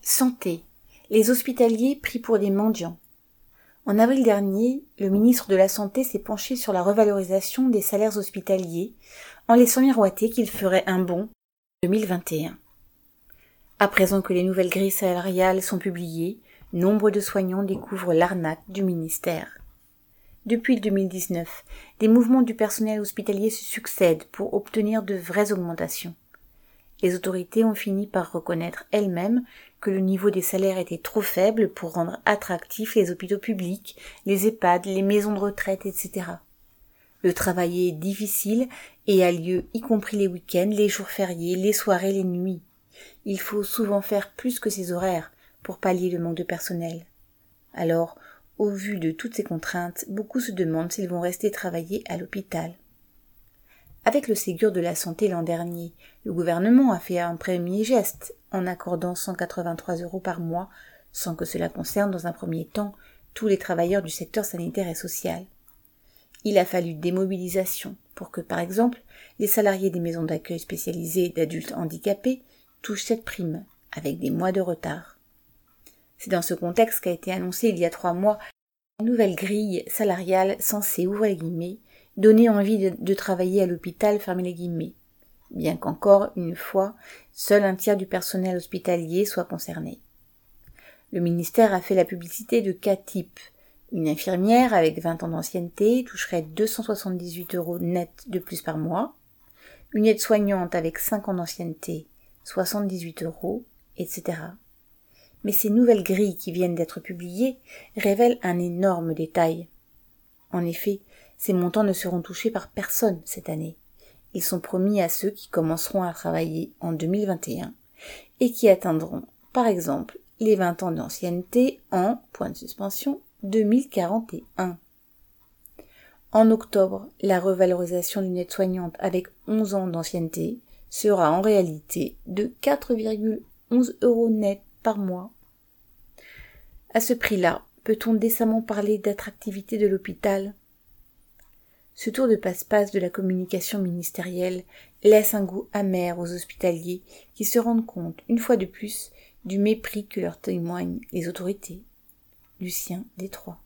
Santé. Les hospitaliers pris pour des mendiants. En avril dernier, le ministre de la Santé s'est penché sur la revalorisation des salaires hospitaliers en laissant miroiter qu'il ferait un bond en 2021. À présent que les nouvelles grilles salariales sont publiées, nombre de soignants découvrent l'arnaque du ministère. Depuis 2019, des mouvements du personnel hospitalier se succèdent pour obtenir de vraies augmentations. Les autorités ont fini par reconnaître elles-mêmes que le niveau des salaires était trop faible pour rendre attractifs les hôpitaux publics, les EHPAD, les maisons de retraite, etc. Le travail est difficile et a lieu y compris les week-ends, les jours fériés, les soirées, les nuits. Il faut souvent faire plus que ces horaires pour pallier le manque de personnel. Alors, au vu de toutes ces contraintes, beaucoup se demandent s'ils vont rester travailler à l'hôpital. Avec le Ségur de la santé l'an dernier, le gouvernement a fait un premier geste en accordant 183 € par mois, sans que cela concerne dans un premier temps tous les travailleurs du secteur sanitaire et social. Il a fallu des mobilisations pour que, par exemple, les salariés des maisons d'accueil spécialisées d'adultes handicapés touchent cette prime, avec des mois de retard. C'est dans ce contexte qu'a été annoncée il y a 3 mois une nouvelle grille salariale censée, ouvrir les guillemets, donner envie de travailler à l'hôpital, fermer les guillemets, bien qu'encore une fois, seul un tiers du personnel hospitalier soit concerné. Le ministère a fait la publicité de 4 types. Une infirmière avec 20 ans d'ancienneté toucherait 278 € net de plus par mois, une aide-soignante avec 5 ans d'ancienneté, 78 €, etc. Mais ces nouvelles grilles qui viennent d'être publiées révèlent un énorme détail. En effet, ces montants ne seront touchés par personne cette année. Ils sont promis à ceux qui commenceront à travailler en 2021 et qui atteindront, par exemple, les 20 ans d'ancienneté en, point de suspension, 2041. En octobre, la revalorisation d'une aide-soignante avec 11 ans d'ancienneté sera en réalité de 4,11 € net par mois. À ce prix-là, peut-on décemment parler d'attractivité de l'hôpital ? Ce tour de passe-passe de la communication ministérielle laisse un goût amer aux hospitaliers qui se rendent compte, une fois de plus, du mépris que leur témoignent les autorités. Lucien Détroit.